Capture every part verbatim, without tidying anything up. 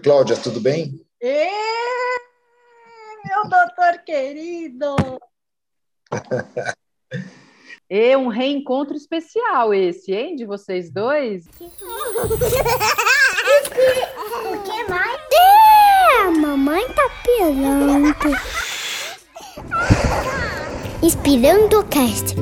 Cláudia, tudo bem? Ê, meu doutor querido! É um reencontro especial esse, hein, de vocês dois? O que mais? É, a mamãe tá pirando. Inspirando o Cast.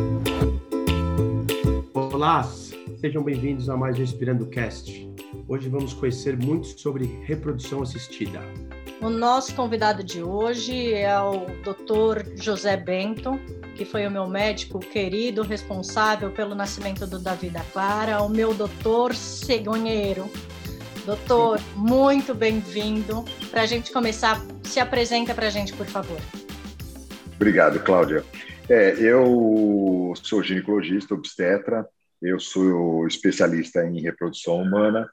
Olá, sejam bem-vindos a mais um Inspirando o Cast. Hoje vamos conhecer muito sobre reprodução assistida. O nosso convidado de hoje é o doutor José Bento, que foi o meu médico querido, responsável pelo nascimento do Davi da Clara, o meu doutor cegonheiro. Doutor, muito bem-vindo. Para a gente começar, se apresenta para a gente, por favor. Obrigado, Cláudia. É, eu sou ginecologista, obstetra, eu sou especialista em reprodução humana.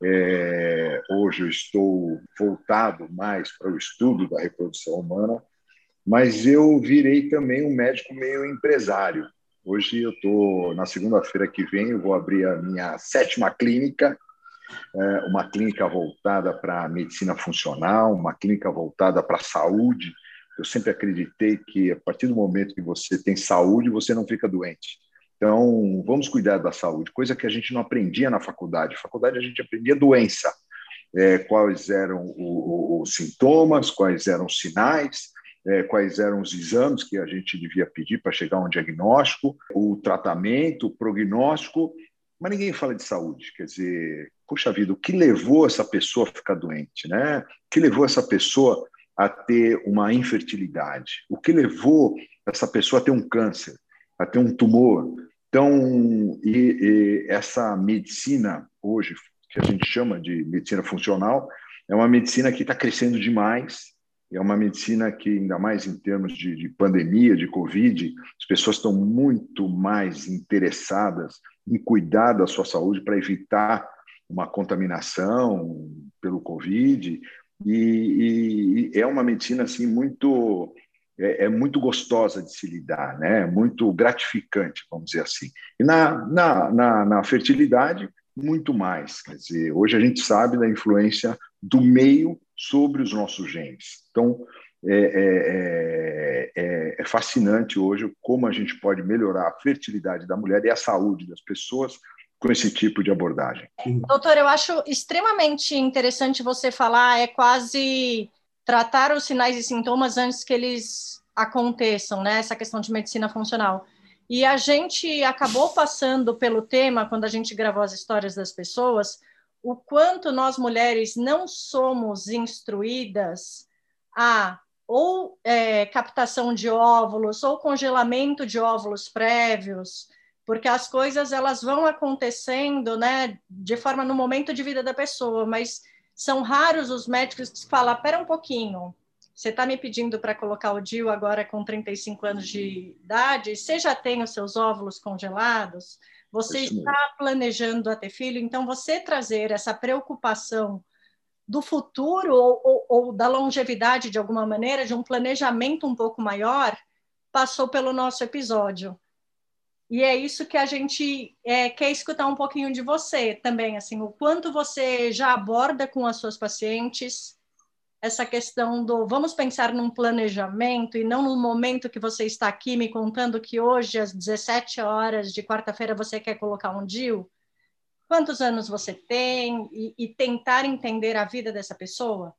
É, hoje eu estou voltado mais para o estudo da reprodução humana, mas eu virei também um médico meio empresário. Hoje eu estou, na segunda-feira que vem, eu vou abrir a minha sétima clínica, é, uma clínica voltada para a medicina funcional, uma clínica voltada para a saúde. Eu sempre acreditei que a partir do momento que você tem saúde, você não fica doente. Então, vamos cuidar da saúde, coisa que a gente não aprendia na faculdade. Na faculdade, a gente aprendia doença, é, quais eram o, o, os sintomas, quais eram os sinais, é, quais eram os exames que a gente devia pedir para chegar a um diagnóstico, o tratamento, o prognóstico, mas ninguém fala de saúde. Quer dizer, puxa vida, o que levou essa pessoa a ficar doente, né? O que levou essa pessoa a ter uma infertilidade? O que levou essa pessoa a ter um câncer, a ter um tumor? Então, e, e essa medicina hoje, que a gente chama de medicina funcional, é uma medicina que está crescendo demais, é uma medicina que, ainda mais em termos de, de pandemia, de Covid, as pessoas estão muito mais interessadas em cuidar da sua saúde para evitar uma contaminação pelo Covid, e, e, e é uma medicina assim, muito... é muito gostosa de se lidar, né? Muito gratificante, vamos dizer assim. E na, na, na, na fertilidade, muito mais. Quer dizer, hoje a gente sabe da influência do meio sobre os nossos genes. Então, é, é, é, é fascinante hoje como a gente pode melhorar a fertilidade da mulher e a saúde das pessoas com esse tipo de abordagem. Doutor, eu acho extremamente interessante você falar, é quase... tratar os sinais e sintomas antes que eles aconteçam, né? Essa questão de medicina funcional. E a gente acabou passando pelo tema, quando a gente gravou as histórias das pessoas, o quanto nós mulheres não somos instruídas a ou é, captação de óvulos ou congelamento de óvulos prévios, porque as coisas elas vão acontecendo, né, de forma no momento de vida da pessoa, mas são raros os médicos que falam, pera um pouquinho, você está me pedindo para colocar o D I U agora com trinta e cinco anos de idade, você já tem os seus óvulos congelados, você está planejando a ter filho, então você trazer essa preocupação do futuro ou, ou, ou da longevidade de alguma maneira, de um planejamento um pouco maior, passou pelo nosso episódio. E é isso que a gente é, quer escutar um pouquinho de você também, assim, o quanto você já aborda com as suas pacientes essa questão do vamos pensar num planejamento e não no momento que você está aqui me contando que hoje, às dezessete horas de quarta-feira, você quer colocar um D I U. Quantos anos você tem e, e tentar entender a vida dessa pessoa?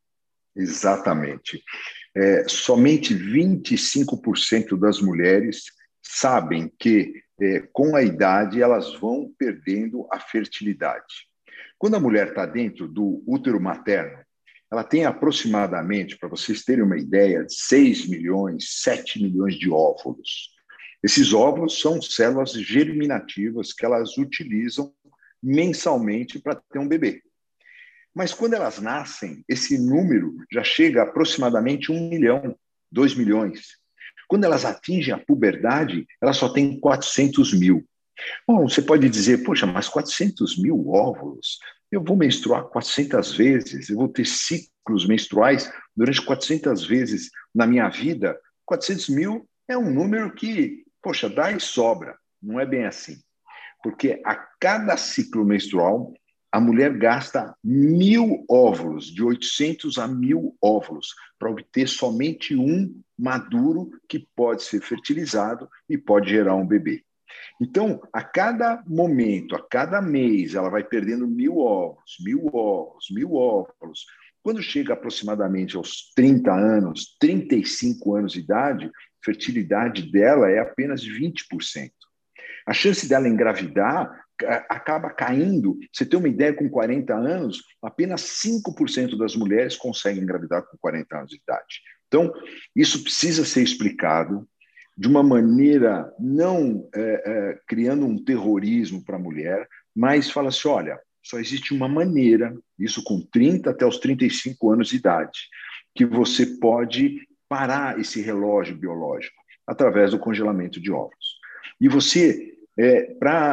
Exatamente. É, somente vinte e cinco por cento das mulheres sabem que, é, com a idade, elas vão perdendo a fertilidade. Quando a mulher está dentro do útero materno, ela tem aproximadamente, para vocês terem uma ideia, seis milhões, sete milhões de óvulos. Esses óvulos são células germinativas que elas utilizam mensalmente para ter um bebê. Mas quando elas nascem, esse número já chega a aproximadamente um milhão, dois milhões. Quando elas atingem a puberdade, elas só têm quatrocentos mil. Bom, você pode dizer, poxa, mas quatrocentos mil óvulos? Eu vou menstruar quatrocentas vezes, eu vou ter ciclos menstruais durante quatrocentas vezes na minha vida. quatrocentos mil é um número que, poxa, dá e sobra. Não é bem assim. Porque a cada ciclo menstrual, a mulher gasta mil óvulos, de oitocentos a mil óvulos, para obter somente um maduro que pode ser fertilizado e pode gerar um bebê. Então, a cada momento, a cada mês, ela vai perdendo mil óvulos, mil óvulos, mil óvulos. Quando chega aproximadamente aos trinta anos, trinta e cinco anos de idade, a fertilidade dela é apenas vinte por cento. A chance dela engravidar acaba caindo. Você tem uma ideia, com quarenta anos, apenas cinco por cento das mulheres conseguem engravidar com quarenta anos de idade. Então, isso precisa ser explicado de uma maneira não é, é, criando um terrorismo para a mulher, mas fala assim, olha, só existe uma maneira, isso com trinta até os trinta e cinco anos de idade, que você pode parar esse relógio biológico através do congelamento de óvulos. E você, é,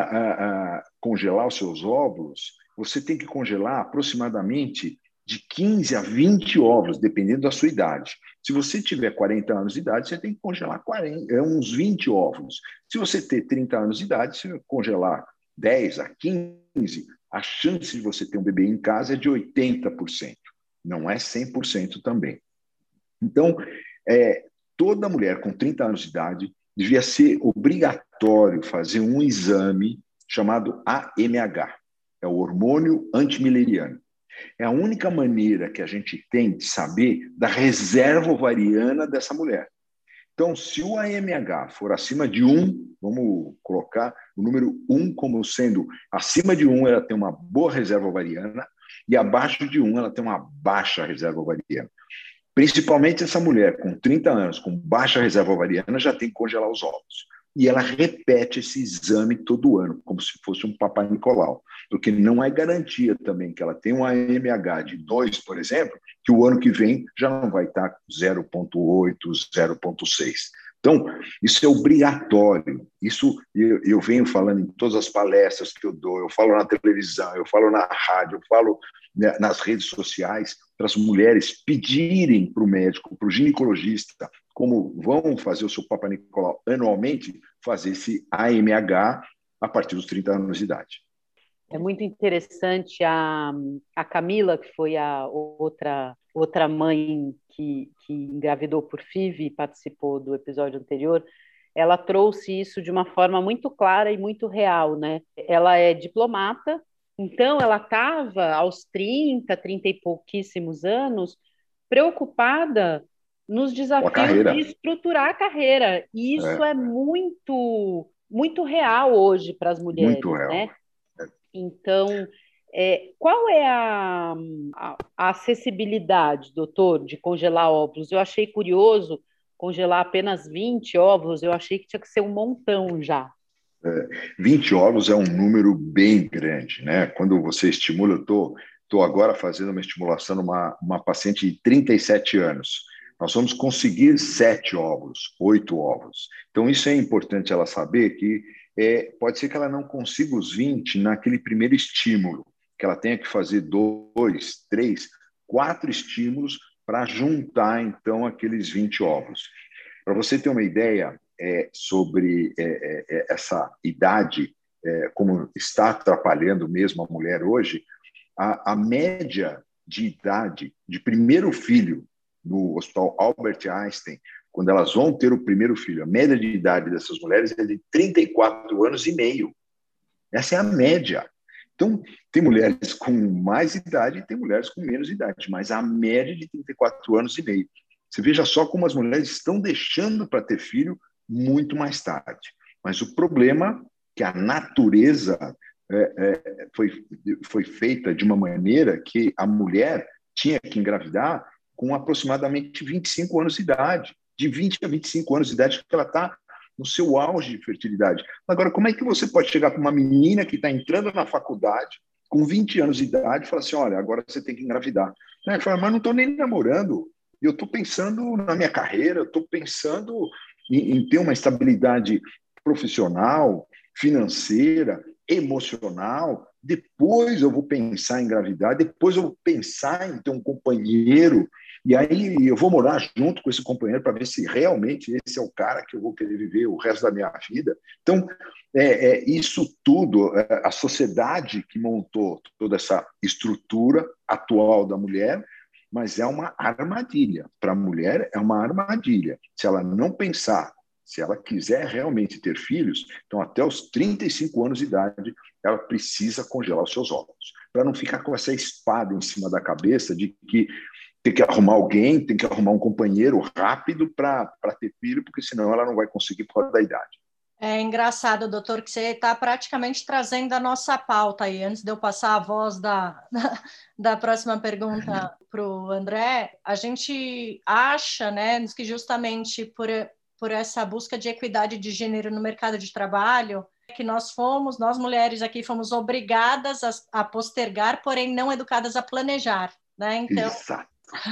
para congelar os seus óvulos, você tem que congelar aproximadamente de quinze a vinte óvulos, dependendo da sua idade. Se você tiver quarenta anos de idade, você tem que congelar quarenta, é, uns vinte óvulos. Se você ter trinta anos de idade, você vai congelar dez a quinze, a chance de você ter um bebê em casa é de oitenta por cento. Não é cem por cento também. Então, é, toda mulher com trinta anos de idade devia ser obrigatório fazer um exame chamado A M H, é o hormônio antimileriano. É a única maneira que a gente tem de saber da reserva ovariana dessa mulher. Então, se o A M H for acima de um, vamos colocar o número um como sendo acima de um, ela tem uma boa reserva ovariana, e abaixo de um, ela tem uma baixa reserva ovariana. Principalmente essa mulher com trinta anos, com baixa reserva ovariana, já tem que congelar os óvulos. E ela repete esse exame todo ano, como se fosse um Papai Nicolau. Porque não é garantia também que ela tenha um A M H de dois, por exemplo, que o ano que vem já não vai estar com zero vírgula oito, zero vírgula seis. Então, isso é obrigatório. Isso eu, eu venho falando em todas as palestras que eu dou, eu falo na televisão, eu falo na rádio, eu falo, né, nas redes sociais, para as mulheres pedirem para o médico, para o ginecologista, como vão fazer o seu Papai Nicolau anualmente, fazer esse A M H a partir dos trinta anos de idade. É muito interessante a, a Camila, que foi a outra, outra mãe que, que engravidou por F I V e participou do episódio anterior, ela trouxe isso de uma forma muito clara e muito real, né? Ela é diplomata, então ela estava aos trinta, trinta e pouquíssimos anos, preocupada nos desafios de estruturar a carreira. E isso é, é muito, muito real hoje para as mulheres, muito real, né? Então, é, qual é a, a, a acessibilidade, doutor, de congelar óvulos? Eu achei curioso congelar apenas vinte óvulos, eu achei que tinha que ser um montão já. É, vinte óvulos é um número bem grande, né? Quando você estimula, eu estou tô, tô agora fazendo uma estimulação numa uma paciente de trinta e sete anos. Nós vamos conseguir sete óvulos, oito óvulos. Então, isso é importante ela saber que É, pode ser que ela não consiga os vinte naquele primeiro estímulo, que ela tenha que fazer dois, três, quatro estímulos para juntar, então, aqueles vinte óvulos. Para você ter uma ideia é, sobre é, é, essa idade, é, como está atrapalhando mesmo a mulher hoje, a, a média de idade de primeiro filho no Hospital Albert Einstein, quando elas vão ter o primeiro filho, a média de idade dessas mulheres é de trinta e quatro anos e meio. Essa é a média. Então, tem mulheres com mais idade e tem mulheres com menos idade, mas a média de trinta e quatro anos e meio. Você veja só como as mulheres estão deixando para ter filho muito mais tarde. Mas o problema é que a natureza é, é, foi, foi feita de uma maneira que a mulher tinha que engravidar com aproximadamente vinte e cinco anos de idade. De vinte a vinte e cinco anos de idade, que ela está no seu auge de fertilidade. Agora, como é que você pode chegar para uma menina que está entrando na faculdade, com vinte anos de idade, e falar assim, olha, agora você tem que engravidar? Ela fala, mas não estou nem namorando, eu estou pensando na minha carreira, eu estou pensando em, em ter uma estabilidade profissional, financeira, emocional, depois eu vou pensar em engravidar, depois eu vou pensar em ter um companheiro, e aí eu vou morar junto com esse companheiro para ver se realmente esse é o cara que eu vou querer viver o resto da minha vida. Então, é, é, isso tudo, é, a sociedade que montou toda essa estrutura atual da mulher, mas é uma armadilha. Para a mulher, é uma armadilha. Se ela não pensar, se ela quiser realmente ter filhos, então até os trinta e cinco anos de idade, ela precisa congelar os seus óvulos, para não ficar com essa espada em cima da cabeça de que tem que arrumar alguém, tem que arrumar um companheiro rápido para ter filho, porque senão ela não vai conseguir por causa da idade. É engraçado, doutor, que você está praticamente trazendo a nossa pauta aí. Antes de eu passar a voz da, da, da próxima pergunta para o André, a gente acha, né, que justamente por, por essa busca de equidade de gênero no mercado de trabalho, que nós fomos, nós mulheres aqui, fomos obrigadas a, a postergar, porém não educadas a planejar, né? Então... Exato.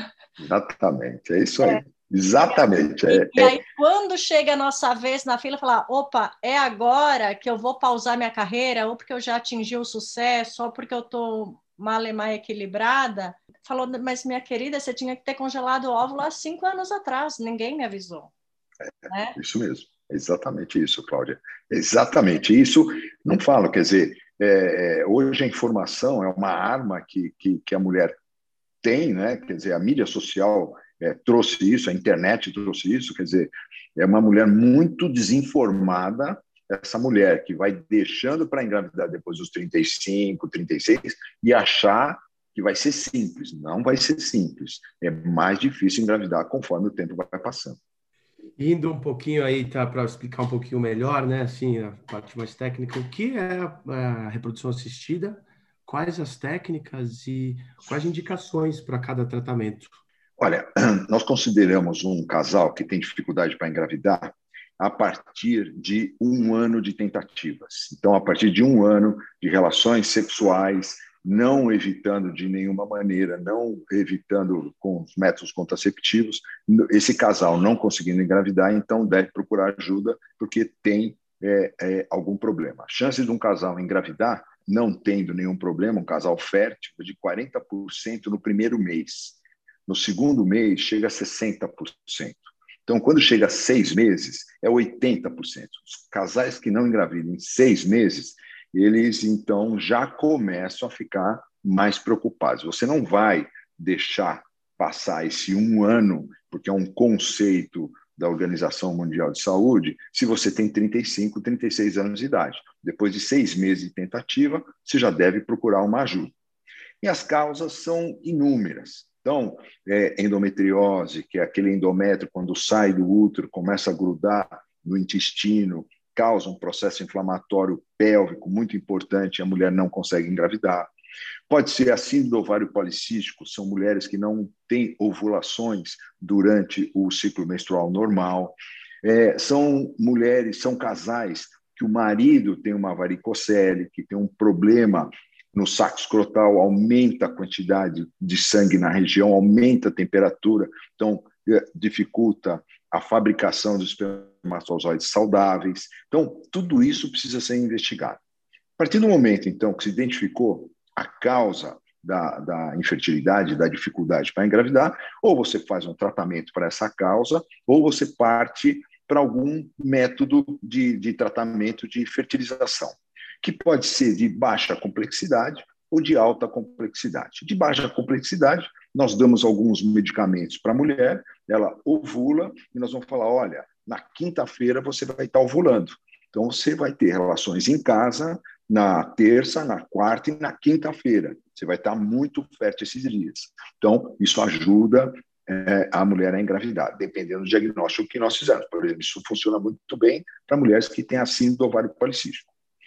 Exatamente, é isso aí. É. Exatamente. E, é, e aí, é. quando chega a nossa vez na fila, falar, opa, é agora que eu vou pausar minha carreira, ou porque eu já atingi o sucesso, ou porque eu estou malemar equilibrada, falou, mas minha querida, você tinha que ter congelado o óvulo há cinco anos atrás, ninguém me avisou. É, né? Isso mesmo, exatamente isso, Cláudia. Exatamente isso. Não falo, quer dizer, é, hoje a informação é uma arma que, que, que a mulher tem, né? Quer dizer, a mídia social é, trouxe isso, a internet trouxe isso, quer dizer, é uma mulher muito desinformada, essa mulher que vai deixando para engravidar depois dos trinta e cinco, trinta e seis e achar que vai ser simples. Não vai ser simples. É mais difícil engravidar conforme o tempo vai passando. Indo um pouquinho aí, tá, para explicar um pouquinho melhor, né, assim, a parte mais técnica, o que é a reprodução assistida? Quais as técnicas e quais indicações para cada tratamento? Olha, nós consideramos um casal que tem dificuldade para engravidar a partir de um ano de tentativas. Então, a partir de um ano de relações sexuais, não evitando de nenhuma maneira, não evitando com os métodos contraceptivos, esse casal não conseguindo engravidar, então deve procurar ajuda porque tem é, é, algum problema. A chance de um casal engravidar não tendo nenhum problema, um casal fértil, de quarenta por cento no primeiro mês. No segundo mês, chega a sessenta por cento. Então, quando chega a seis meses, é oitenta por cento. Os casais que não engravidam em seis meses, eles, então, já começam a ficar mais preocupados. Você não vai deixar passar esse um ano, porque é um conceito da Organização Mundial de Saúde, se você tem trinta e cinco, trinta e seis anos de idade. Depois de seis meses de tentativa, você já deve procurar uma ajuda. E as causas são inúmeras. Então, é, endometriose, que é aquele endométrio, quando sai do útero, começa a grudar no intestino, causa um processo inflamatório pélvico muito importante, a mulher não consegue engravidar. Pode ser a síndrome do ovário policístico, são mulheres que não têm ovulações durante o ciclo menstrual normal. É, são mulheres, são casais que o marido tem uma varicocele, que tem um problema no saco escrotal, aumenta a quantidade de sangue na região, aumenta a temperatura, então dificulta a fabricação dos espermatozoides saudáveis. Então, tudo isso precisa ser investigado. A partir do momento, então, que se identificou a causa da, da infertilidade, da dificuldade para engravidar, ou você faz um tratamento para essa causa, ou você parte para algum método de, de tratamento de fertilização, que pode ser de baixa complexidade ou de alta complexidade. De baixa complexidade, nós damos alguns medicamentos para a mulher, ela ovula, e nós vamos falar, olha, na quinta-feira você vai estar ovulando. Então, você vai ter relações em casa na terça, na quarta e na quinta-feira. Você vai estar muito fértil esses dias. Então, isso ajuda é, a mulher a engravidar, dependendo do diagnóstico que nós fizermos. Por exemplo, isso funciona muito bem para mulheres que têm a síndrome do ovário policístico.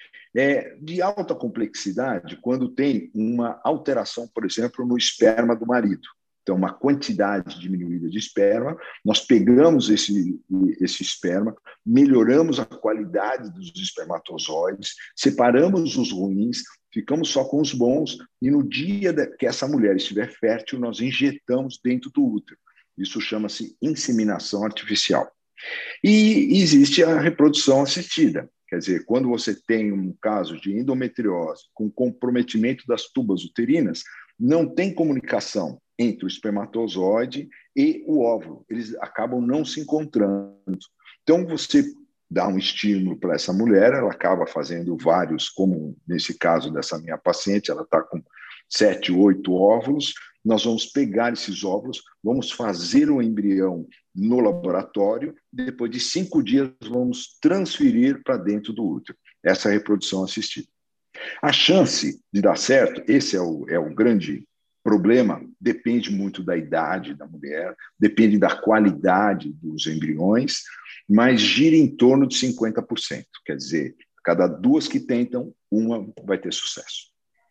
É, de alta complexidade, quando tem uma alteração, por exemplo, no esperma do marido. Então, uma quantidade diminuída de esperma, nós pegamos esse, esse esperma, melhoramos a qualidade dos espermatozoides, separamos os ruins, ficamos só com os bons, e no dia que essa mulher estiver fértil, nós injetamos dentro do útero. Isso chama-se inseminação artificial. E existe a reprodução assistida, Quer dizer, quando você tem um caso de endometriose com comprometimento das tubas uterinas, não tem comunicação entre o espermatozoide e o óvulo. Eles acabam não se encontrando. Então, você dá um estímulo para essa mulher, ela acaba fazendo vários, como nesse caso dessa minha paciente, ela está com sete, oito óvulos, nós vamos pegar esses óvulos, vamos fazer o embrião no laboratório, depois de cinco dias vamos transferir para dentro do útero. Essa é a reprodução assistida. A chance de dar certo, esse é o, é o grande problema, depende muito da idade da mulher, depende da qualidade dos embriões, mas gira em torno de cinquenta por cento. Quer dizer, cada duas que tentam, uma vai ter sucesso.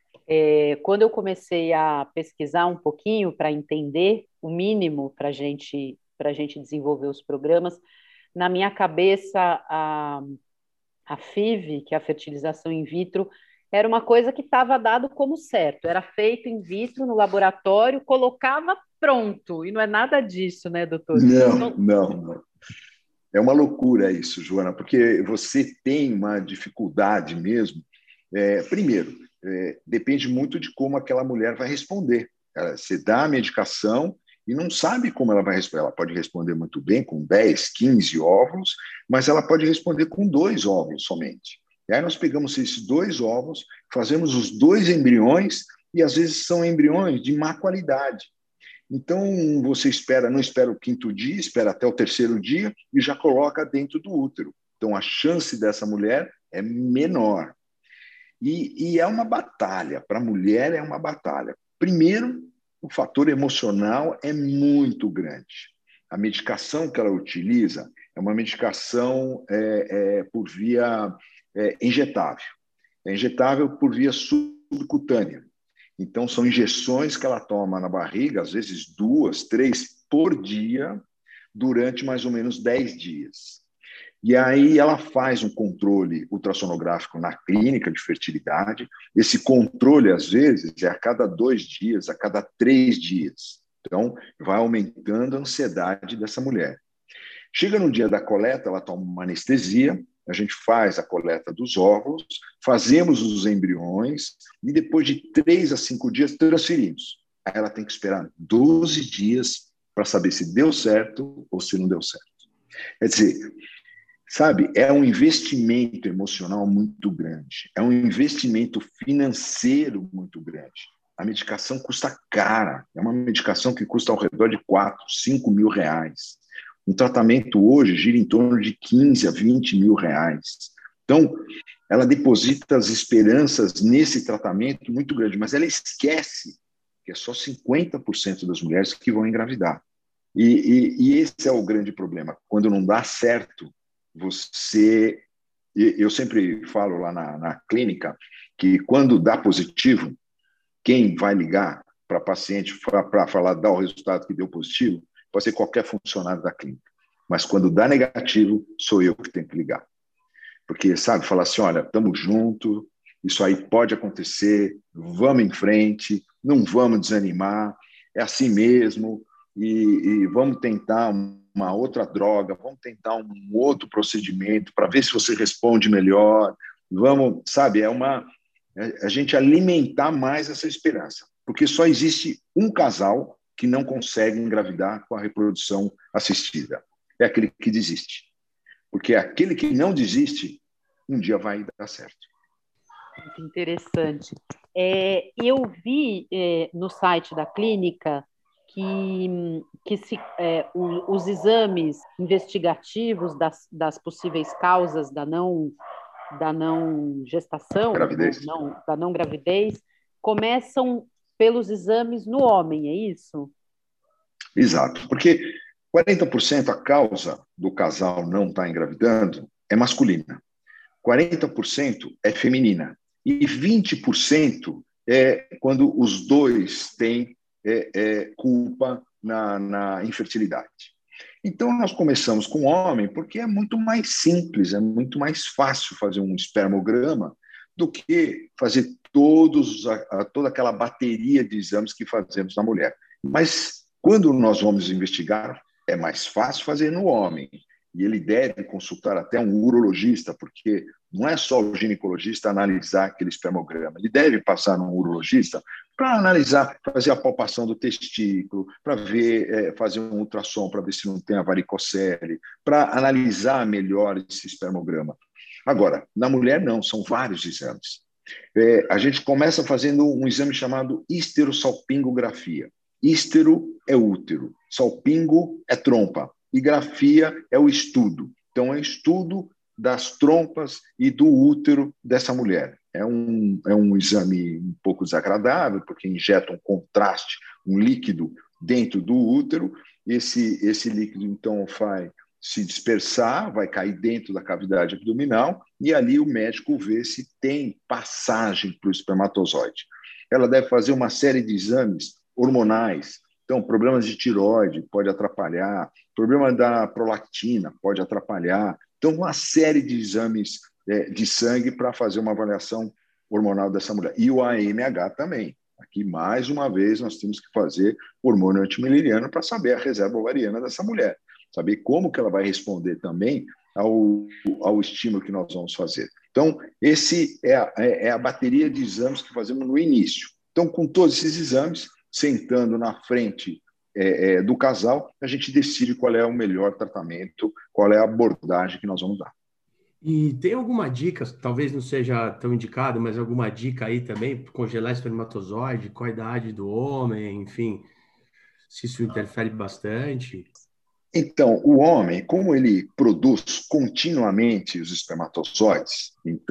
É, quando eu comecei a pesquisar um pouquinho para entender o mínimo para gente, a gente desenvolver os programas, na minha cabeça a, a F I V, que é a fertilização in vitro, era uma coisa que estava dado como certo, era feito in vitro no laboratório, colocava pronto, e não é nada disso, né, doutor? Não, então... não, não. É uma loucura isso, Joana, porque você tem uma dificuldade mesmo. É, primeiro, é, depende muito de como aquela mulher vai responder. Ela, você dá a medicação e não sabe como ela vai responder. Ela pode responder muito bem com dez, quinze óvulos, mas ela pode responder com dois óvulos somente. E aí nós pegamos esses dois óvulos, fazemos os dois embriões, e às vezes são embriões de má qualidade. Então, você espera, não espera o quinto dia, espera até o terceiro dia e já coloca dentro do útero. Então, a chance dessa mulher é menor. E, e é uma batalha, para a mulher é uma batalha. Primeiro, o fator emocional é muito grande. A medicação que ela utiliza é uma medicação é, é, por via é, injetável. É injetável por via subcutânea. Então, são injeções que ela toma na barriga, às vezes duas, três por dia, durante mais ou menos dez dias. E aí ela faz um controle ultrassonográfico na clínica de fertilidade. Esse controle, às vezes, é a cada dois dias, a cada três dias. Então, vai aumentando a ansiedade dessa mulher. Chega no dia da coleta, ela toma uma anestesia, a gente faz a coleta dos óvulos, fazemos os embriões e depois de três a cinco dias transferimos. Aí ela tem que esperar doze dias para saber se deu certo ou se não deu certo. Quer dizer, sabe, é um investimento emocional muito grande, é um investimento financeiro muito grande. A medicação custa cara, é uma medicação que custa ao redor de quatro, cinco mil reais. Um tratamento hoje gira em torno de quinze a vinte mil reais. Então, ela deposita as esperanças nesse tratamento muito grande, mas ela esquece que é só cinquenta por cento das mulheres que vão engravidar. E, e, e esse é o grande problema. Quando não dá certo, você... Eu sempre falo lá na, na clínica que quando dá positivo, quem vai ligar para a paciente para falar, dar o resultado que deu positivo, pode ser qualquer funcionário da clínica. Mas quando dá negativo, sou eu que tenho que ligar. Porque, sabe, falar assim, olha, estamos juntos, isso aí pode acontecer, vamos em frente, não vamos desanimar, é assim mesmo, e, e vamos tentar uma outra droga, vamos tentar um outro procedimento para ver se você responde melhor, vamos, sabe, é uma... a gente alimentar mais essa esperança. Porque só existe um casal que não consegue engravidar com a reprodução assistida. É aquele que desiste. Porque aquele que não desiste, um dia vai dar certo. Muito interessante. É, eu vi é, no site da clínica que, que se, é, o, os exames investigativos das, das possíveis causas da não, da não gestação, gravidez. Não, da não gravidez, começam pelos exames no homem, é isso? Exato, porque quarenta por cento a causa do casal não estar engravidando é masculina, quarenta por cento é feminina e vinte por cento é quando os dois têm é, é, culpa na, na infertilidade. Então, nós começamos com o homem porque é muito mais simples, é muito mais fácil fazer um espermograma do que fazer todos a, a, toda aquela bateria de exames que fazemos na mulher. Mas, quando nós vamos investigar, é mais fácil fazer no homem. e ele deve consultar até um urologista, porque não é só o ginecologista analisar aquele espermograma, ele deve passar num urologista para analisar, fazer a palpação do testículo, para ver, é, fazer um ultrassom para ver se não tem a varicocele, para analisar melhor esse espermograma. Agora, na mulher não, são vários exames. É, a gente começa fazendo um exame chamado histerosalpingografia. Histero é útero, salpingo é trompa, e grafia é o estudo. Então, é o estudo das trompas e do útero dessa mulher. É um, é um exame um pouco desagradável, porque injeta um contraste, um líquido dentro do útero. Esse, esse líquido, então, vai se dispersar, vai cair dentro da cavidade abdominal, e ali o médico vê se tem passagem para o espermatozoide. Ela deve fazer uma série de exames hormonais. Então, problemas de tireoide pode atrapalhar, problema da prolactina pode atrapalhar. Então, uma série de exames é, de sangue para fazer uma avaliação hormonal dessa mulher. E o A M H também. Aqui, mais uma vez, nós temos que fazer hormônio antimileriano para saber a reserva ovariana dessa mulher, saber como que ela vai responder também ao, ao estímulo que nós vamos fazer. Então, esse é a, é a bateria de exames que fazemos no início. Então, com todos esses exames, sentando na frente é, é, do casal, a gente decide qual é o melhor tratamento, qual é a abordagem que nós vamos dar. E tem alguma dica, talvez não seja tão indicado, mas alguma dica aí também para congelar espermatozoide, qual a idade do homem, enfim, se isso interfere bastante? Então, o homem, como ele produz continuamente os espermatozoides,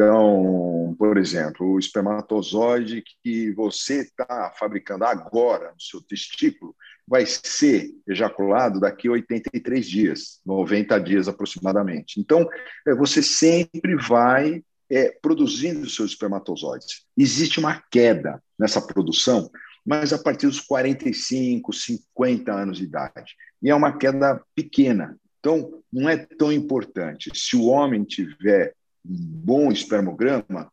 então, por exemplo, o espermatozoide que você está fabricando agora no seu testículo vai ser ejaculado daqui a oitenta e três dias, noventa dias aproximadamente. Então, você sempre vai é, produzindo os seus espermatozoides. Existe uma queda nessa produção, mas a partir dos quarenta e cinco, cinquenta anos de idade. E é uma queda pequena. Então, não é tão importante. Se o homem tiver um bom espermograma,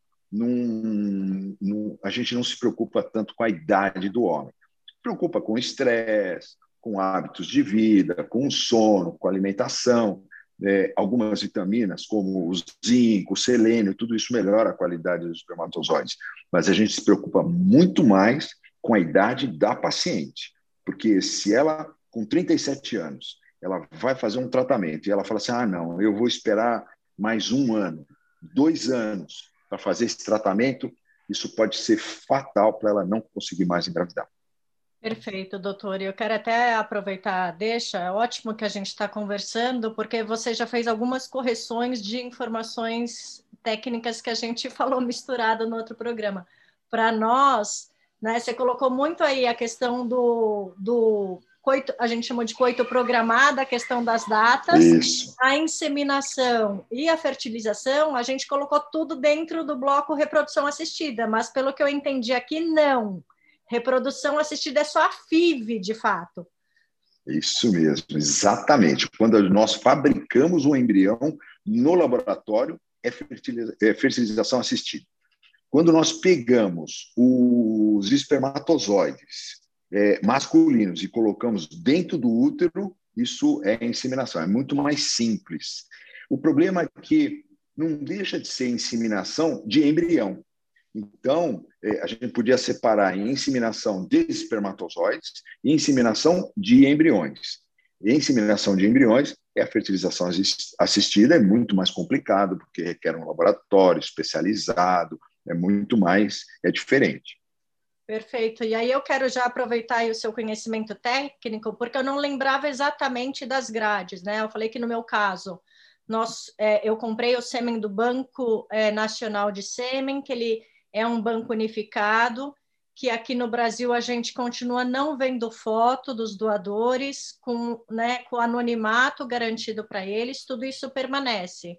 não, não, a gente não se preocupa tanto com a idade do homem. Se preocupa com estresse, com hábitos de vida, com o sono, com a alimentação. É, algumas vitaminas, como o zinco, o selênio, tudo isso melhora a qualidade dos espermatozoides. Mas a gente se preocupa muito mais com a idade da paciente. Porque se ela, com trinta e sete anos, ela vai fazer um tratamento e ela fala assim, ah, não, eu vou esperar mais um ano, dois anos para fazer esse tratamento, isso pode ser fatal para ela não conseguir mais engravidar. Perfeito, doutor. Eu quero até aproveitar a deixa. É ótimo que a gente está conversando, porque você já fez algumas correções de informações técnicas que a gente falou misturado no outro programa. Para nós, né, você colocou muito aí a questão do, do coito, a gente chamou de coito programado, a questão das datas, Isso. A inseminação e a fertilização, a gente colocou tudo dentro do bloco reprodução assistida, mas pelo que eu entendi aqui, não. Reprodução assistida é só a F I V, de fato. Isso mesmo, exatamente. Quando nós fabricamos um embrião no laboratório, é fertilização assistida. Quando nós pegamos os espermatozoides é, masculinos e colocamos dentro do útero, isso é inseminação, é muito mais simples. O problema é que não deixa de ser inseminação de embrião. Então, a gente podia separar em inseminação de espermatozoides e inseminação de embriões. E a inseminação de embriões é a fertilização assistida, é muito mais complicado, porque requer um laboratório especializado, é muito mais, é diferente. Perfeito. E aí eu quero já aproveitar aí o seu conhecimento técnico, porque eu não lembrava exatamente das grades, né? Eu falei que no meu caso, nós, é, eu comprei o sêmen do Banco é, Nacional de Sêmen, que ele é um banco unificado, que aqui no Brasil a gente continua não vendo foto dos doadores, com, né, com anonimato garantido para eles, tudo isso permanece.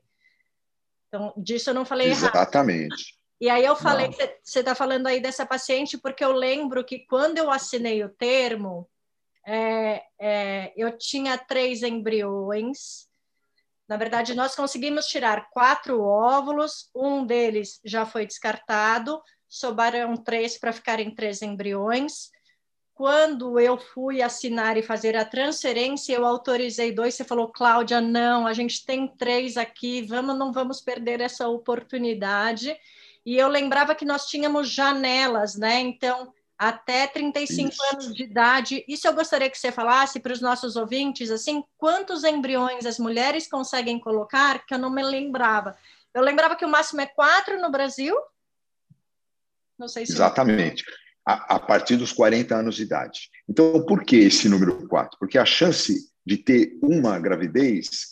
Então, disso eu não falei errado. Exatamente. E aí eu falei, você está falando aí dessa paciente, porque eu lembro que quando eu assinei o termo, é, é, eu tinha três embriões. Na verdade, nós conseguimos tirar quatro óvulos, um deles já foi descartado, sobraram três para ficarem três embriões. quando eu fui assinar e fazer a transferência, eu autorizei dois, você falou, Cláudia, não, a gente tem três aqui, vamos, não vamos perder essa oportunidade. E eu lembrava que nós tínhamos janelas, né? Então, até trinta e cinco Isso. anos de idade. Isso eu gostaria que você falasse para os nossos ouvintes, assim, quantos embriões as mulheres conseguem colocar, que eu não me lembrava. Eu lembrava que o máximo é quatro no Brasil. Não sei se... Exatamente. A, a partir dos quarenta anos de idade. Então, por que esse número quatro? Porque a chance de ter uma gravidez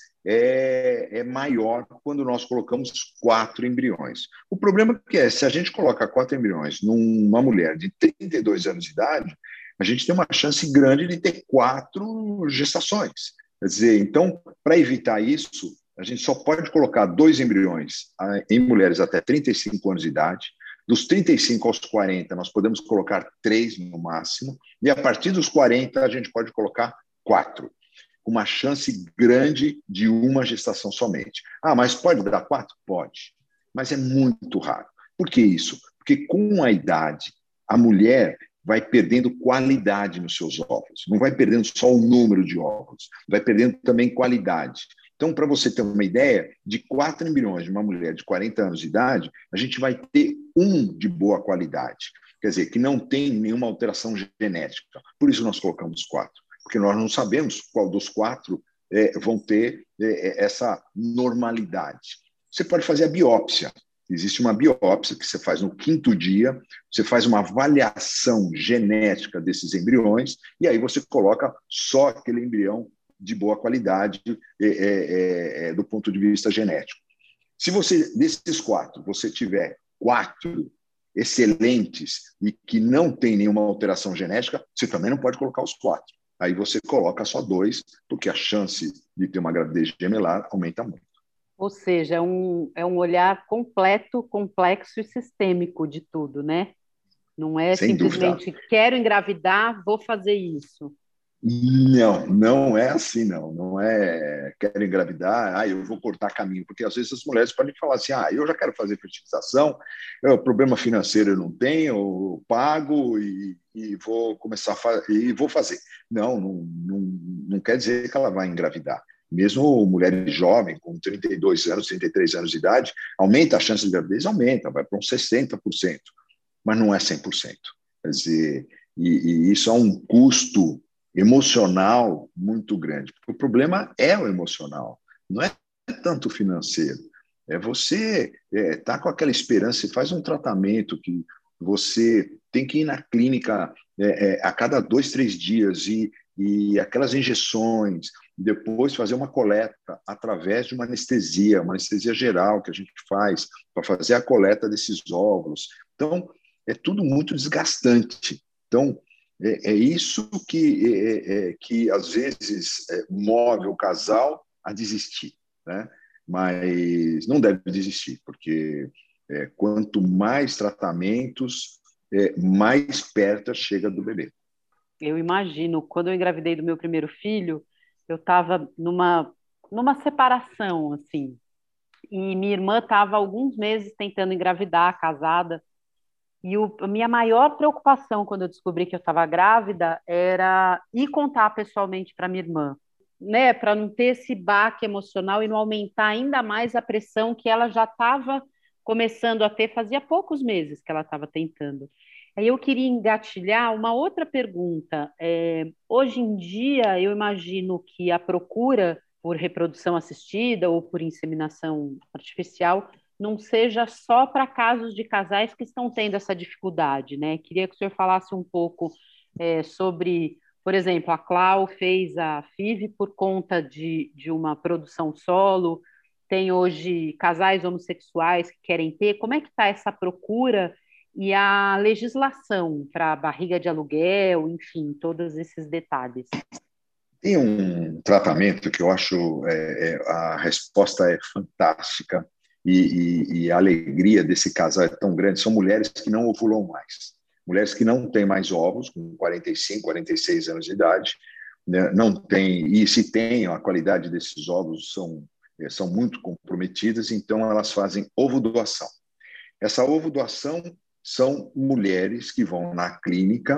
é, é maior quando nós colocamos quatro embriões. O problema é que, se a gente coloca quatro embriões numa mulher de trinta e dois anos de idade, a gente tem uma chance grande de ter quatro gestações. Quer dizer, então, para evitar isso, a gente só pode colocar dois embriões em mulheres até trinta e cinco anos de idade. Dos trinta e cinco aos quarenta, nós podemos colocar três no máximo, e a partir dos quarenta, a gente pode colocar quatro. Uma chance grande de uma gestação somente. Ah, mas pode dar quatro? Pode. Mas é muito raro. Por que isso? Porque com a idade, a mulher vai perdendo qualidade nos seus óvulos. Não vai perdendo só o número de óvulos, vai perdendo também qualidade. Então, para você ter uma ideia, de quatro embriões de uma mulher de quarenta anos de idade, a gente vai ter um de boa qualidade. Quer dizer, que não tem nenhuma alteração genética. Por isso nós colocamos quatro. Porque nós não sabemos qual dos quatro é, vão ter é, essa normalidade. Você pode fazer a biópsia. Existe uma biópsia que você faz no quinto dia, você faz uma avaliação genética desses embriões, e aí você coloca só aquele embrião de boa qualidade é, é, é, do ponto de vista genético. Se você, desses quatro, você tiver quatro excelentes e que não tem nenhuma alteração genética, você também não pode colocar os quatro. Aí você coloca só dois, porque a chance de ter uma gravidez gemelar aumenta muito. Ou seja, é um, é um olhar completo, complexo e sistêmico de tudo, né? Não é Sem simplesmente dúvida. Quero engravidar, vou fazer isso. Não, não é assim, não. Não é quero engravidar, ah, eu vou cortar caminho. Porque às vezes as mulheres podem falar assim, ah, eu já quero fazer fertilização, eu, problema financeiro eu não tenho, eu pago e, e vou começar a e vou fazer. Não, não, não, não quer dizer que ela vai engravidar. Mesmo mulher jovem, com trinta e dois anos, trinta e três anos de idade, aumenta a chance de gravidez? Aumenta, vai para uns sessenta por cento, mas não é cem por cento. Quer dizer, e, e isso é um custo emocional muito grande. Porque o problema é o emocional, não é tanto financeiro. É você é, tá com aquela esperança, você faz um tratamento que você tem que ir na clínica é, é, a cada dois, três dias e, e aquelas injeções, depois fazer uma coleta através de uma anestesia, uma anestesia geral que a gente faz para fazer a coleta desses óvulos. Então, é tudo muito desgastante. Então, é, é isso que, é, é, que às vezes, é, move o casal a desistir, né? Mas não deve desistir, porque é, quanto mais tratamentos, é, mais perto chega do bebê. Eu imagino, quando eu engravidei do meu primeiro filho, eu estava numa, numa separação, assim, e minha irmã estava alguns meses tentando engravidar, casada, e o, a minha maior preocupação quando eu descobri que eu estava grávida era ir contar pessoalmente para minha irmã, né, para não ter esse baque emocional e não aumentar ainda mais a pressão que ela já estava começando a ter, fazia poucos meses que ela estava tentando. Aí eu queria engatilhar uma outra pergunta. É, hoje em dia, eu imagino que a procura por reprodução assistida ou por inseminação artificial não seja só para casos de casais que estão tendo essa dificuldade, né? Queria que o senhor falasse um pouco é, sobre, por exemplo, a Clau fez a F I V por conta de, de uma produção solo, tem hoje casais homossexuais que querem ter. Como é que está essa procura e a legislação para barriga de aluguel, enfim, todos esses detalhes? Tem um tratamento que eu acho é, é, a resposta é fantástica e, e, e a alegria desse casal é tão grande. São mulheres que não ovulam mais, mulheres que não têm mais ovos, com quarenta e cinco, quarenta e seis anos de idade, né, não tem, e se tem, a qualidade desses ovos são, são muito comprometidas, então elas fazem ovo-doação. Essa ovo-doação são mulheres que vão na clínica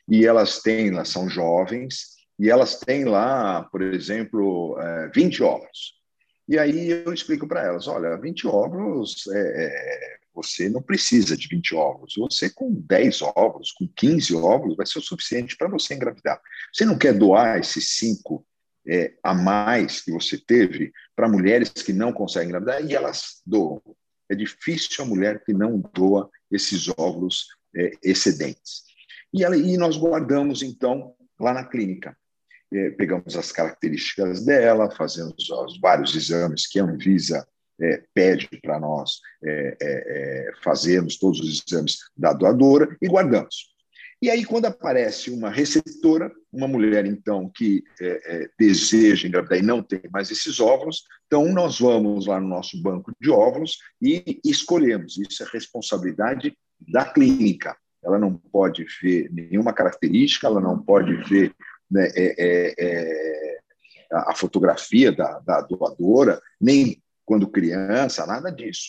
e elas têm, elas são jovens, e elas têm lá, por exemplo, vinte óvulos. E aí eu explico para elas, olha, vinte óvulos, é, é, você não precisa de vinte óvulos. Você com dez óvulos, com quinze óvulos, vai ser o suficiente para você engravidar. Você não quer doar esses cinco é, a mais que você teve para mulheres que não conseguem engravidar? E elas doam. É difícil a mulher que não doa esses óvulos é, excedentes. E, ela, e nós guardamos, então, lá na clínica. É, pegamos as características dela, fazemos os vários exames que a Anvisa é, pede para nós é, é, fazermos, todos os exames da doadora, e guardamos. E aí, quando aparece uma receptora, uma mulher, então, que é, é, deseja engravidar e não tem mais esses óvulos, então nós vamos lá no nosso banco de óvulos e escolhemos. Isso é responsabilidade da clínica. Ela não pode ver nenhuma característica, ela não pode ver Né, é, é, é, a fotografia da, da doadora, nem quando criança, nada disso,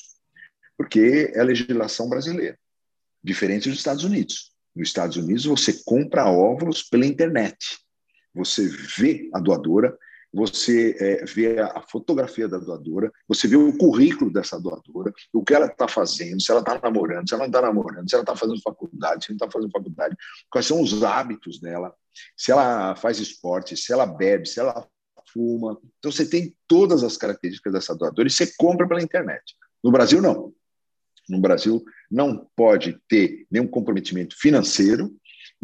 porque é a legislação brasileira, diferente dos Estados Unidos. Nos Estados Unidos, você compra óvulos pela internet, você vê a doadora, você é, vê a fotografia da doadora, você vê o currículo dessa doadora, o que ela está fazendo, se ela está namorando, se ela não está namorando, se ela está fazendo faculdade, se não está fazendo faculdade, quais são os hábitos dela, se ela faz esporte, se ela bebe, se ela fuma. Então, você tem todas as características dessa doadora e você compra pela internet. No Brasil, não. No Brasil, não pode ter nenhum comprometimento financeiro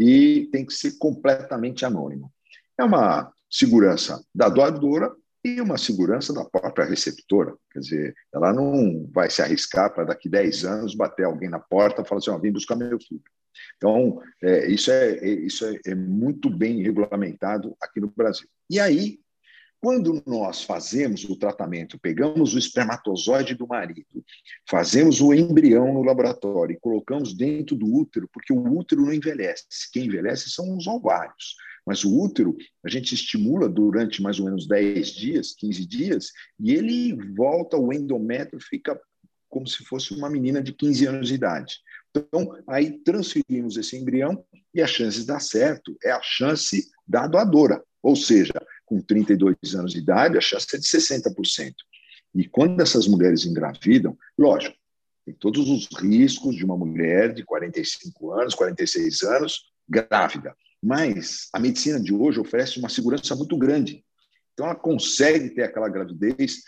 e tem que ser completamente anônimo. É uma segurança da doadora e uma segurança da própria receptora. Quer dizer, ela não vai se arriscar para daqui a dez anos bater alguém na porta e falar assim, oh, vem buscar meu filho. Então, é, isso, é, é, isso é, é muito bem regulamentado aqui no Brasil. E aí, quando nós fazemos o tratamento, pegamos o espermatozoide do marido, fazemos o embrião no laboratório e colocamos dentro do útero, porque o útero não envelhece. Quem envelhece são os ovários. Mas o útero, a gente estimula durante mais ou menos dez dias, quinze dias, e ele volta, o endométrio fica como se fosse uma menina de quinze anos de idade. Então, aí transferimos esse embrião e a chance de dar certo é a chance da doadora. Ou seja, com trinta e dois anos de idade, a chance é de sessenta por cento. E quando essas mulheres engravidam, lógico, tem todos os riscos de uma mulher de quarenta e cinco anos, quarenta e seis anos, grávida. Mas a medicina de hoje oferece uma segurança muito grande. Então, ela consegue ter aquela gravidez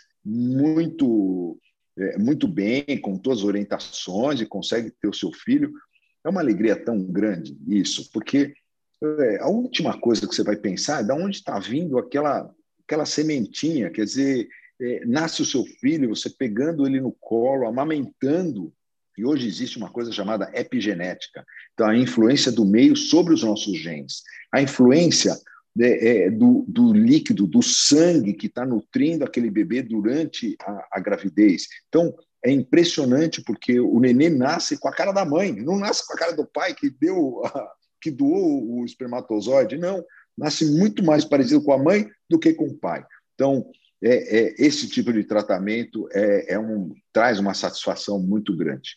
muito, é, muito bem, com todas as orientações, e consegue ter o seu filho. É uma alegria tão grande isso, porque é, a última coisa que você vai pensar é de onde está vindo aquela, aquela sementinha. Quer dizer, é, nasce o seu filho, você pegando ele no colo, amamentando. E hoje existe uma coisa chamada epigenética. Então, a influência do meio sobre os nossos genes. A influência é, é, do, do líquido, do sangue que está nutrindo aquele bebê durante a, a gravidez. Então, é impressionante porque o nenê nasce com a cara da mãe, não nasce com a cara do pai que, deu a, que doou o espermatozoide, não. Nasce muito mais parecido com a mãe do que com o pai. Então, É, é, esse tipo de tratamento é, é um, traz uma satisfação muito grande.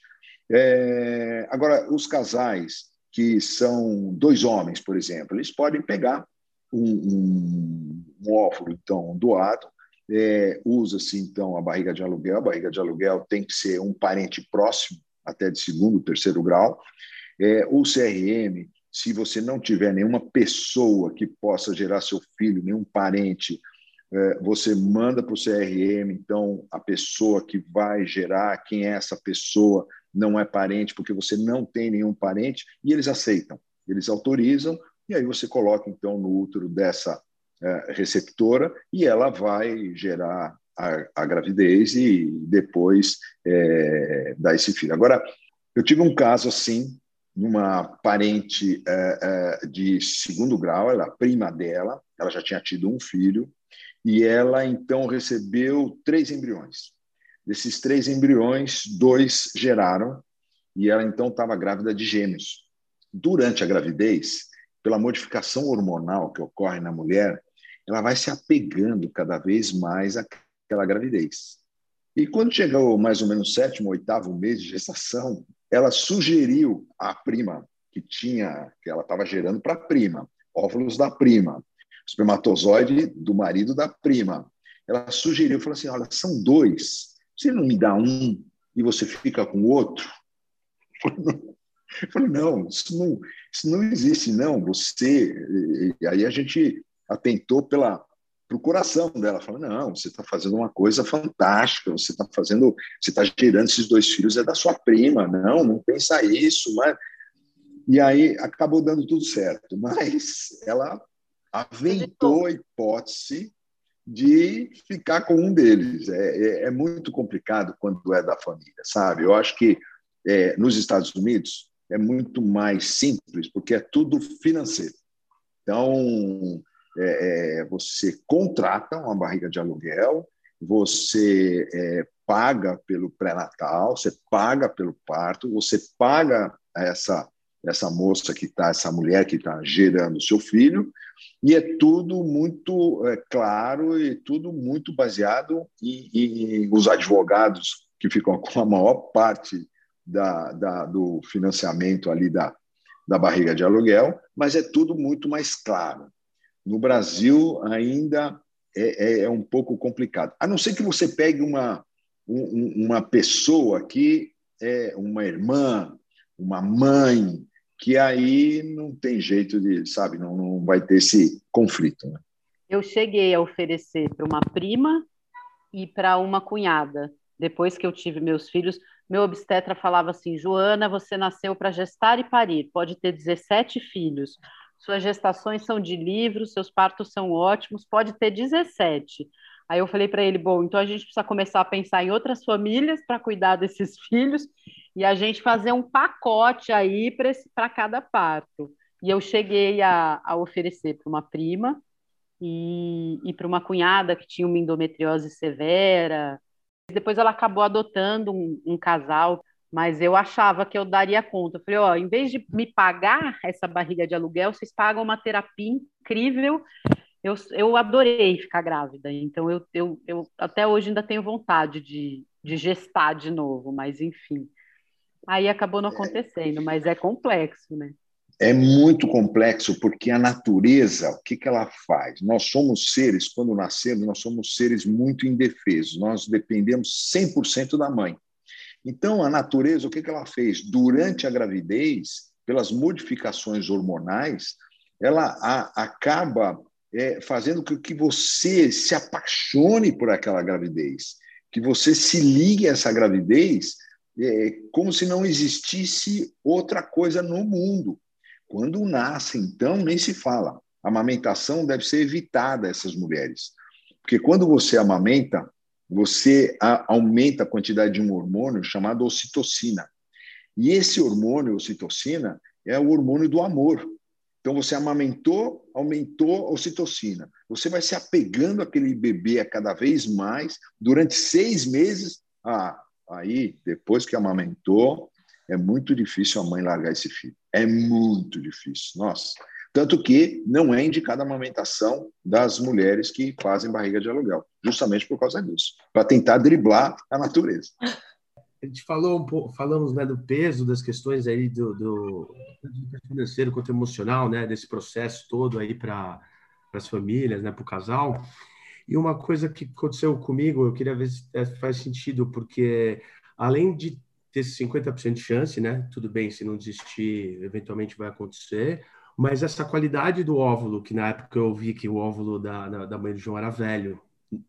É, agora, os casais que são dois homens, por exemplo, eles podem pegar um, um, um óvulo então, doado, é, usa-se então a barriga de aluguel. A barriga de aluguel tem que ser um parente próximo, até de segundo, terceiro grau. É, o C R M, se você não tiver nenhuma pessoa que possa gerar seu filho, nenhum parente, você manda para o C R M, então a pessoa que vai gerar, quem é essa pessoa, não é parente, porque você não tem nenhum parente, e eles aceitam, eles autorizam, e aí você coloca então no útero dessa é, receptora, e ela vai gerar a, a gravidez e depois é, dar esse filho. Agora, eu tive um caso assim, numa parente é, é, de segundo grau, ela, prima dela, ela já tinha tido um filho, e ela, então, recebeu três embriões. Desses três embriões, dois geraram, e ela, então, estava grávida de gêmeos. Durante a gravidez, pela modificação hormonal que ocorre na mulher, ela vai se apegando cada vez mais àquela gravidez. E quando chegou mais ou menos o sétimo, oitavo mês de gestação, ela sugeriu à prima que tinha, que ela estava gerando para a prima, óvulos da prima, espermatozoide do marido da prima. Ela sugeriu, falou assim, olha, são dois, você não me dá um e você fica com o outro? Eu falei, não, isso não, isso não existe, não. Você... E aí a gente atentou pela, para o coração dela, falou, não, você está fazendo uma coisa fantástica, você está fazendo, você está gerando esses dois filhos, é da sua prima, não, não pensa isso, mas... E aí acabou dando tudo certo, mas ela aventou a hipótese de ficar com um deles. É, é, é muito complicado quando é da família, sabe? Eu acho que é, nos Estados Unidos é muito mais simples, porque é tudo financeiro. Então, é, é, você contrata uma barriga de aluguel, você é, paga pelo pré-natal, você paga pelo parto, você paga essa, essa moça que está, essa mulher que está gerando o seu filho, e é tudo muito é, claro e tudo muito baseado em, em os advogados que ficam com a maior parte Da, da, do financiamento ali da, da barriga de aluguel, mas é tudo muito mais claro. No Brasil, ainda é, é, é um pouco complicado. A não ser que você pegue uma, um, uma pessoa que é uma irmã, uma mãe, que aí não tem jeito de, sabe, não, não vai ter esse conflito. Né? Eu cheguei a oferecer para uma prima e para uma cunhada. Depois que eu tive meus filhos, meu obstetra falava assim, Joana, você nasceu para gestar e parir, pode ter dezessete filhos, suas gestações são de livro, seus partos são ótimos, pode ter dezessete. Aí eu falei para ele, bom, então a gente precisa começar a pensar em outras famílias para cuidar desses filhos e a gente fazer um pacote aí para cada parto. E eu cheguei a, a oferecer para uma prima e, e para uma cunhada que tinha uma endometriose severa. Depois ela acabou adotando um, um casal, mas eu achava que eu daria conta. Eu falei, ó, em vez de me pagar essa barriga de aluguel, vocês pagam uma terapia incrível. Eu, eu adorei ficar grávida, então eu, eu, eu até hoje ainda tenho vontade de, de gestar de novo, mas enfim. Aí acabou não acontecendo, mas é complexo, né? É muito complexo, porque a natureza, o que, que ela faz? Nós somos seres, quando nascemos, nós somos seres muito indefesos, nós dependemos cem por cento da mãe. Então, a natureza, o que, que ela fez? Durante a gravidez, pelas modificações hormonais, ela a, acaba é, fazendo com que você se apaixone por aquela gravidez, que você se ligue a essa gravidez é, como se não existisse outra coisa no mundo. Quando nasce, então, nem se fala. A amamentação deve ser evitada a essas mulheres. Porque quando você amamenta, você a, aumenta a quantidade de um hormônio chamado ocitocina. E esse hormônio, ocitocina, é o hormônio do amor. Então, você amamentou, aumentou a ocitocina. Você vai se apegando àquele bebê a cada vez mais. Durante seis meses, ah, aí, depois que amamentou, é muito difícil a mãe largar esse filho. É muito difícil. Nossa. Tanto que não é indicada a amamentação das mulheres que fazem barriga de aluguel, justamente por causa disso, para tentar driblar a natureza. A gente falou um pouco, falamos, né, do peso das questões aí do, do, do financeiro quanto emocional, né, desse processo todo aí para as famílias, né, para o casal. E uma coisa que aconteceu comigo, eu queria ver se faz sentido, porque além de ter cinquenta por cento de chance, né? Tudo bem, se não desistir, eventualmente vai acontecer, mas essa qualidade do óvulo, que na época eu vi que o óvulo da, da, da mãe do João era velho,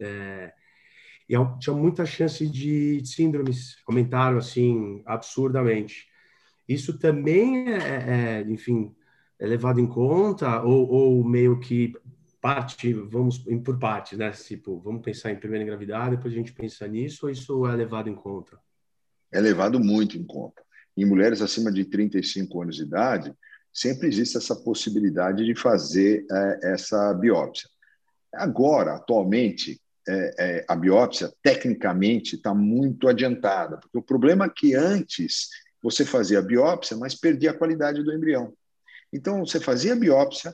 é, e tinha muita chance de síndromes, aumentaram assim, absurdamente. Isso também é, é enfim, é levado em conta, ou, ou meio que parte, vamos por partes, né? Tipo, vamos pensar em primeiro engravidar, depois a gente pensa nisso, ou isso é levado em conta? É levado muito em conta. Em mulheres acima de trinta e cinco anos de idade, sempre existe essa possibilidade de fazer é, essa biópsia. Agora, atualmente, é, é, a biópsia, tecnicamente, está muito adiantada, porque o problema é que antes você fazia a biópsia, mas perdia a qualidade do embrião. Então, você fazia a biópsia,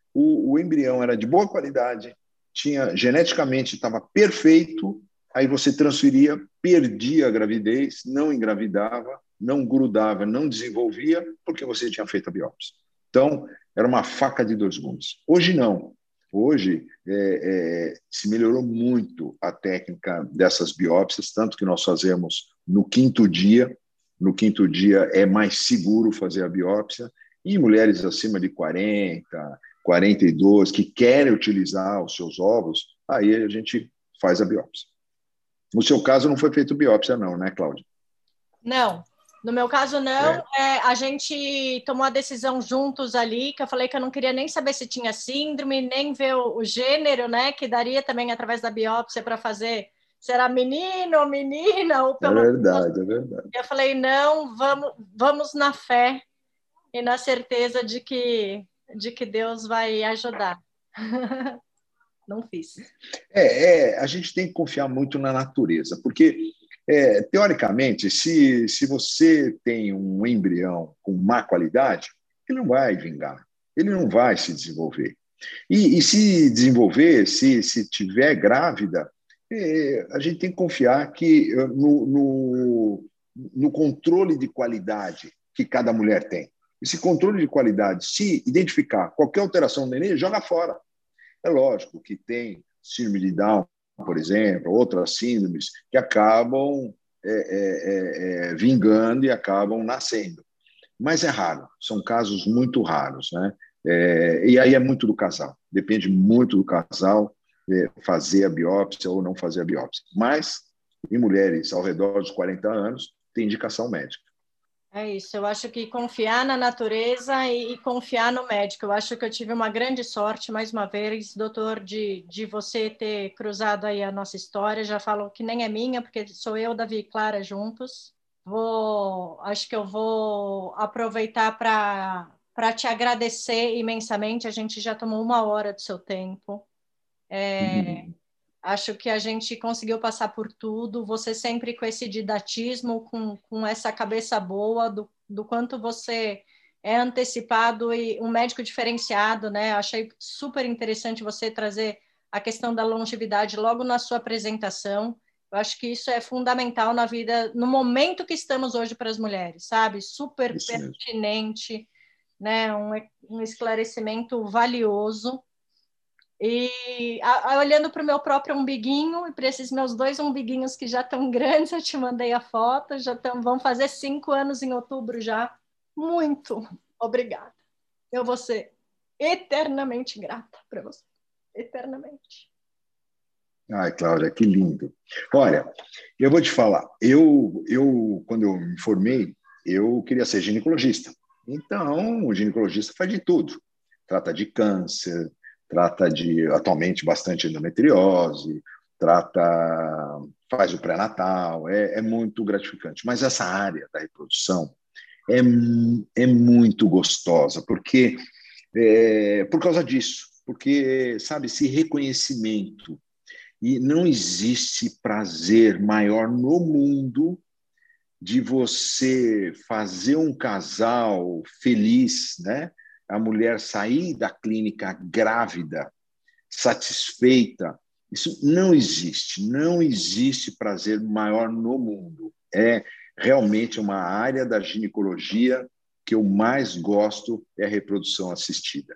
o, o embrião era de boa qualidade, tinha geneticamente estava perfeito, aí você transferia, perdia a gravidez, não engravidava, não grudava, não desenvolvia, porque você tinha feito a biópsia. Então, era uma faca de dois gumes. Hoje, não. Hoje, é, é, se melhorou muito a técnica dessas biópsias, tanto que nós fazemos no quinto dia. No quinto dia é mais seguro fazer a biópsia. E mulheres acima de quarenta, quarenta e dois, que querem utilizar os seus ovos, aí a gente faz a biópsia. No seu caso, não foi feito biópsia, não, né, Cláudia? Não. No meu caso, não. É. É, a gente tomou a decisão juntos ali, que eu falei que eu não queria nem saber se tinha síndrome, nem ver o, o gênero, né? Que daria também através da biópsia para fazer se era menino ou menina, ou pelo É verdade, é verdade. Eu falei, não, vamos, vamos na fé e na certeza de que, de que Deus vai ajudar. Não fiz. É, é, a gente tem que confiar muito na natureza, porque, é, teoricamente, se, se você tem um embrião com má qualidade, ele não vai vingar, ele não vai se desenvolver. E, e se desenvolver, se, se tiver grávida, é, a gente tem que confiar que no, no, no controle de qualidade que cada mulher tem. Esse controle de qualidade, se identificar qualquer alteração no neném, joga fora. É lógico que tem síndrome de Down, por exemplo, outras síndromes que acabam é, é, é, vingando e acabam nascendo. Mas é raro, são casos muito raros, né? É, e aí é muito do casal, depende muito do casal é, fazer a biópsia ou não fazer a biópsia. Mas, em mulheres ao redor dos quarenta anos, tem indicação médica. É isso, eu acho que confiar na natureza e, e confiar no médico. Eu acho que eu tive uma grande sorte, mais uma vez, doutor, de, de você ter cruzado aí a nossa história. Já falo que nem é minha, porque sou eu, Davi e Clara juntos. Vou, acho que eu vou aproveitar para para te agradecer imensamente. A gente já tomou uma hora do seu tempo. É, Uhum. Acho que a gente conseguiu passar por tudo, você sempre com esse didatismo, com, com essa cabeça boa, do, do quanto você é antecipado e um médico diferenciado, né? Achei super interessante você trazer a questão da longevidade logo na sua apresentação. Eu acho que isso é fundamental na vida, no momento que estamos hoje para as mulheres, sabe? Super Isso mesmo. pertinente, né? Um, um esclarecimento valioso. E a, a, olhando para o meu próprio umbiguinho e para esses meus dois umbiguinhos que já estão grandes, eu te mandei a foto, já tão, vão fazer cinco anos em outubro já. Muito obrigada. Eu vou ser eternamente grata para você. Eternamente. Ai, Cláudia, que lindo. Olha, eu vou te falar, eu, eu quando eu me formei, eu queria ser ginecologista. Então, o ginecologista faz de tudo. Trata de câncer, trata de, atualmente, bastante endometriose, trata, faz o pré-natal, é, é muito gratificante. Mas essa área da reprodução é, é muito gostosa, porque, é, por causa disso, porque, sabe, esse reconhecimento, e não existe prazer maior no mundo de você fazer um casal feliz, né? A mulher sair da clínica grávida, satisfeita. Isso não existe, não existe prazer maior no mundo. É realmente uma área da ginecologia que eu mais gosto, é a reprodução assistida.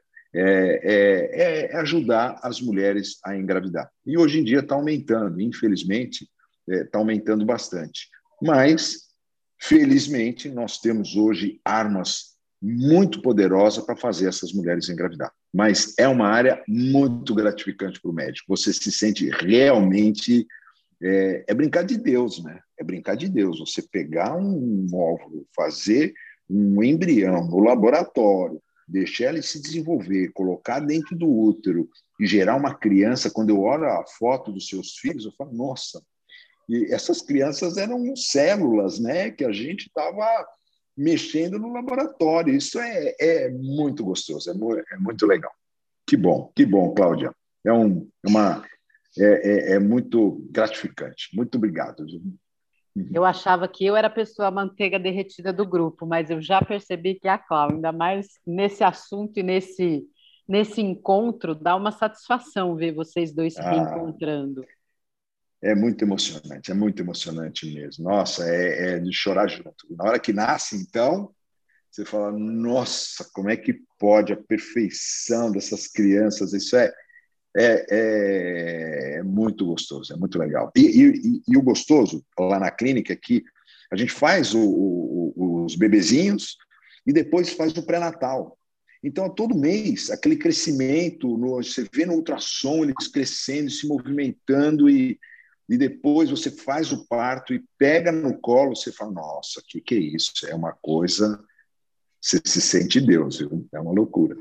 É, é, é ajudar as mulheres a engravidar. E hoje em dia está aumentando, infelizmente, está é, aumentando bastante. Mas, felizmente, nós temos hoje armas muito poderosas para fazer essas mulheres engravidar. Mas é uma área muito gratificante para o médico. Você se sente realmente... É, é brincar de Deus, né? É brincar de Deus. Você pegar um óvulo, fazer um embrião no laboratório, deixar ele se desenvolver, colocar dentro do útero e gerar uma criança. Quando eu olho a foto dos seus filhos, eu falo, nossa, e essas crianças eram células, né, que a gente estava mexendo no laboratório. Isso é, é muito gostoso, é, é muito legal. Que bom, que bom, Cláudia. É, um, é, uma, é, é, é muito gratificante. Muito obrigado. Eu achava que eu era a pessoa manteiga derretida do grupo, mas eu já percebi que é a Cláudia, ainda mais nesse assunto e nesse, nesse encontro, dá uma satisfação ver vocês dois se Ah, reencontrando. É muito emocionante, é muito emocionante mesmo. Nossa, é, é de chorar junto. Na hora que nasce, então, você fala, nossa, como é que pode a perfeição dessas crianças? Isso é, é, é, é muito gostoso, é muito legal. E, e, e o gostoso, lá na clínica, é que a gente faz o, o, os bebezinhos e depois faz o pré-natal. Então, todo mês, aquele crescimento, no, você vê no ultrassom eles crescendo, se movimentando, e, e depois você faz o parto e pega no colo, você fala, nossa, o que, que é isso? É uma coisa, você se sente Deus, viu? É uma loucura.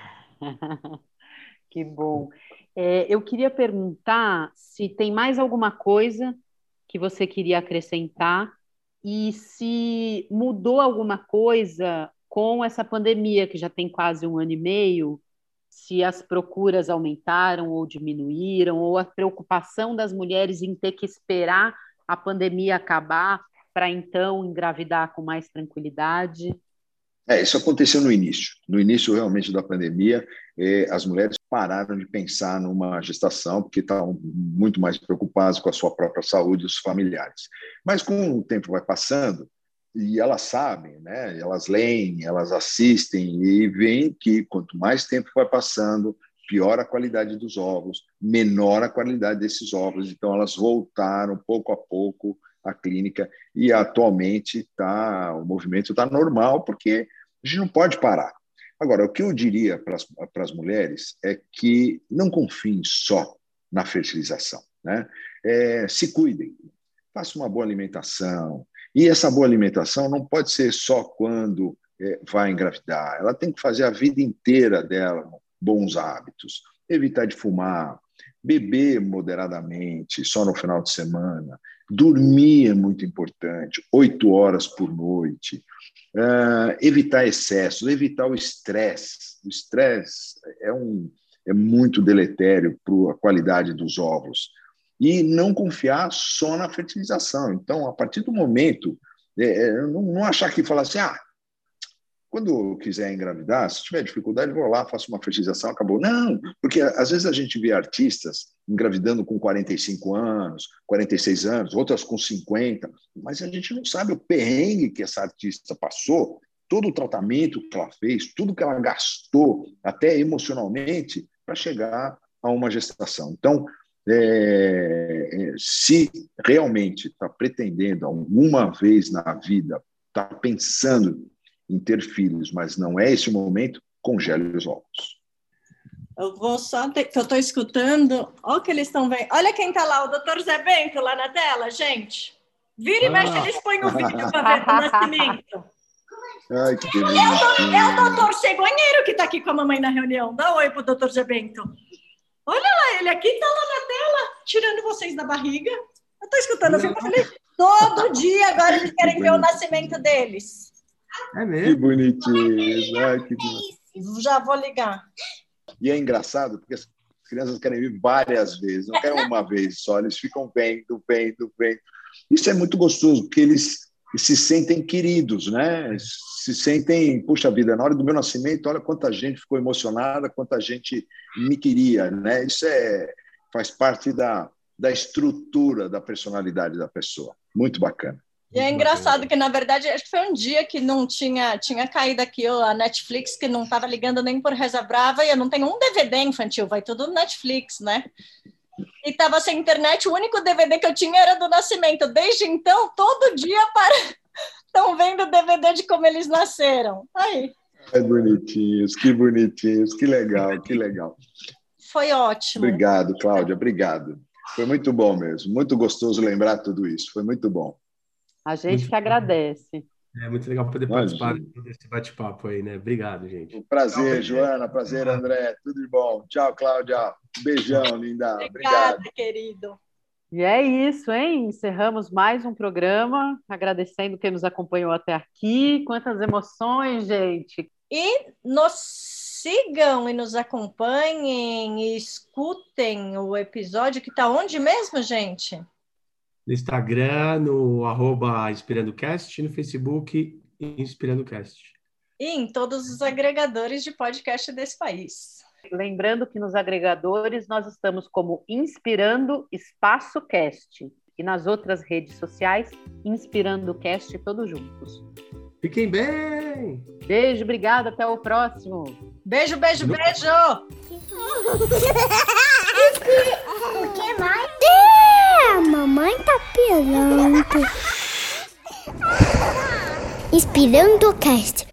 Que bom. É, eu queria perguntar se tem mais alguma coisa que você queria acrescentar e se mudou alguma coisa com essa pandemia, que já tem quase um ano e meio, se as procuras aumentaram ou diminuíram, ou a preocupação das mulheres em ter que esperar a pandemia acabar para então engravidar com mais tranquilidade. É, isso aconteceu no início. No início, realmente, da pandemia, eh, as mulheres pararam de pensar numa gestação, porque estavam muito mais preocupadas com a sua própria saúde e os familiares. Mas, com o tempo vai passando, e elas sabem, né? Elas leem, elas assistem e veem que, quanto mais tempo vai passando, pior a qualidade dos ovos, menor a qualidade desses ovos. Então, elas voltaram, pouco a pouco, à clínica, e atualmente tá, o movimento está normal, porque a gente não pode parar. Agora, o que eu diria para as mulheres é que não confiem só na fertilização, né? É, se cuidem, façam uma boa alimentação, e essa boa alimentação não pode ser só quando é, vai engravidar, ela tem que fazer a vida inteira dela bons hábitos, evitar de fumar, beber moderadamente, só no final de semana, dormir é muito importante, oito horas por noite, uh, evitar excessos, evitar o estresse. O estresse é, um, é muito deletério para a qualidade dos óvulos. E não confiar só na fertilização. Então, a partir do momento, é, não, não achar que falar assim, ah, quando eu quiser engravidar, se tiver dificuldade, vou lá, faço uma fertilização, acabou. Não, porque às vezes a gente vê artistas engravidando com quarenta e cinco anos, quarenta e seis anos, outras com cinquenta, mas a gente não sabe o perrengue que essa artista passou, todo o tratamento que ela fez, tudo que ela gastou, até emocionalmente, para chegar a uma gestação. Então, é, se realmente está pretendendo alguma vez na vida, está pensando em ter filhos, mas não é esse o momento, congele os ovos. Eu vou só ter, que eu estou escutando, olha o que eles estão vendo. Olha quem está lá, o doutor Zé Bento lá na tela, gente. Vira e ah. mexe, eles põem o vídeo para ver o nascimento. Ai, que delícia. É o doutor Cegonheiro que está aqui com a mamãe na reunião. Dá um oi pro doutor Zé Bento. Olha lá, ele aqui está lá na tela, tirando vocês da barriga. Eu estou escutando, eu fico feliz. Todo dia agora eles querem ver o nascimento deles. É mesmo? Que bonitinho. Ai, que bonitinho. Já vou ligar. E é engraçado, porque as crianças querem vir várias vezes, não querem uma vez só, eles ficam vendo, vendo, vendo. Isso é muito gostoso, porque eles se sentem queridos, né? Se sentem, puxa vida, na hora do meu nascimento, olha quanta gente ficou emocionada, quanta gente me queria, né? Isso é, faz parte da, da estrutura da personalidade da pessoa. Muito bacana. E é engraçado que, na verdade, acho que foi um dia que não tinha, tinha caído aqui ó, a Netflix, que não estava ligando nem por Reza Brava, e eu não tenho um D V D infantil, vai tudo no Netflix, né? E estava sem internet, o único D V D que eu tinha era do nascimento. Desde então, todo dia estão para... vendo o D V D de como eles nasceram. Aí. É bonitinhos, que bonitinhos, que legal, que legal. Foi ótimo. Obrigado, Cláudia, obrigado. Foi muito bom mesmo, muito gostoso lembrar tudo isso, foi muito bom. A gente muito que agradece. É muito legal poder participar desse bate-papo aí, né? Obrigado, gente. Um prazer, Tchau, Joana. Prazer, André. Tudo de bom. Tchau, Cláudia. Um beijão, linda. Obrigada, Obrigado. querido. E é isso, hein? Encerramos mais um programa, agradecendo quem nos acompanhou até aqui. Quantas emoções, gente! E nos sigam e nos acompanhem e escutem o episódio que está onde mesmo, gente? No Instagram, no arroba InspirandoCast, no Facebook, InspirandoCast. E em todos os agregadores de podcast desse país. lembrando que nos agregadores nós estamos como Inspirando Espaço Cast e nas outras redes sociais, Inspirando Cast, todos juntos. Fiquem bem! Beijo, obrigada, até o próximo. Beijo, beijo, beijo! O que mais? É, a mamãe tá pirando. Inspirando o cast.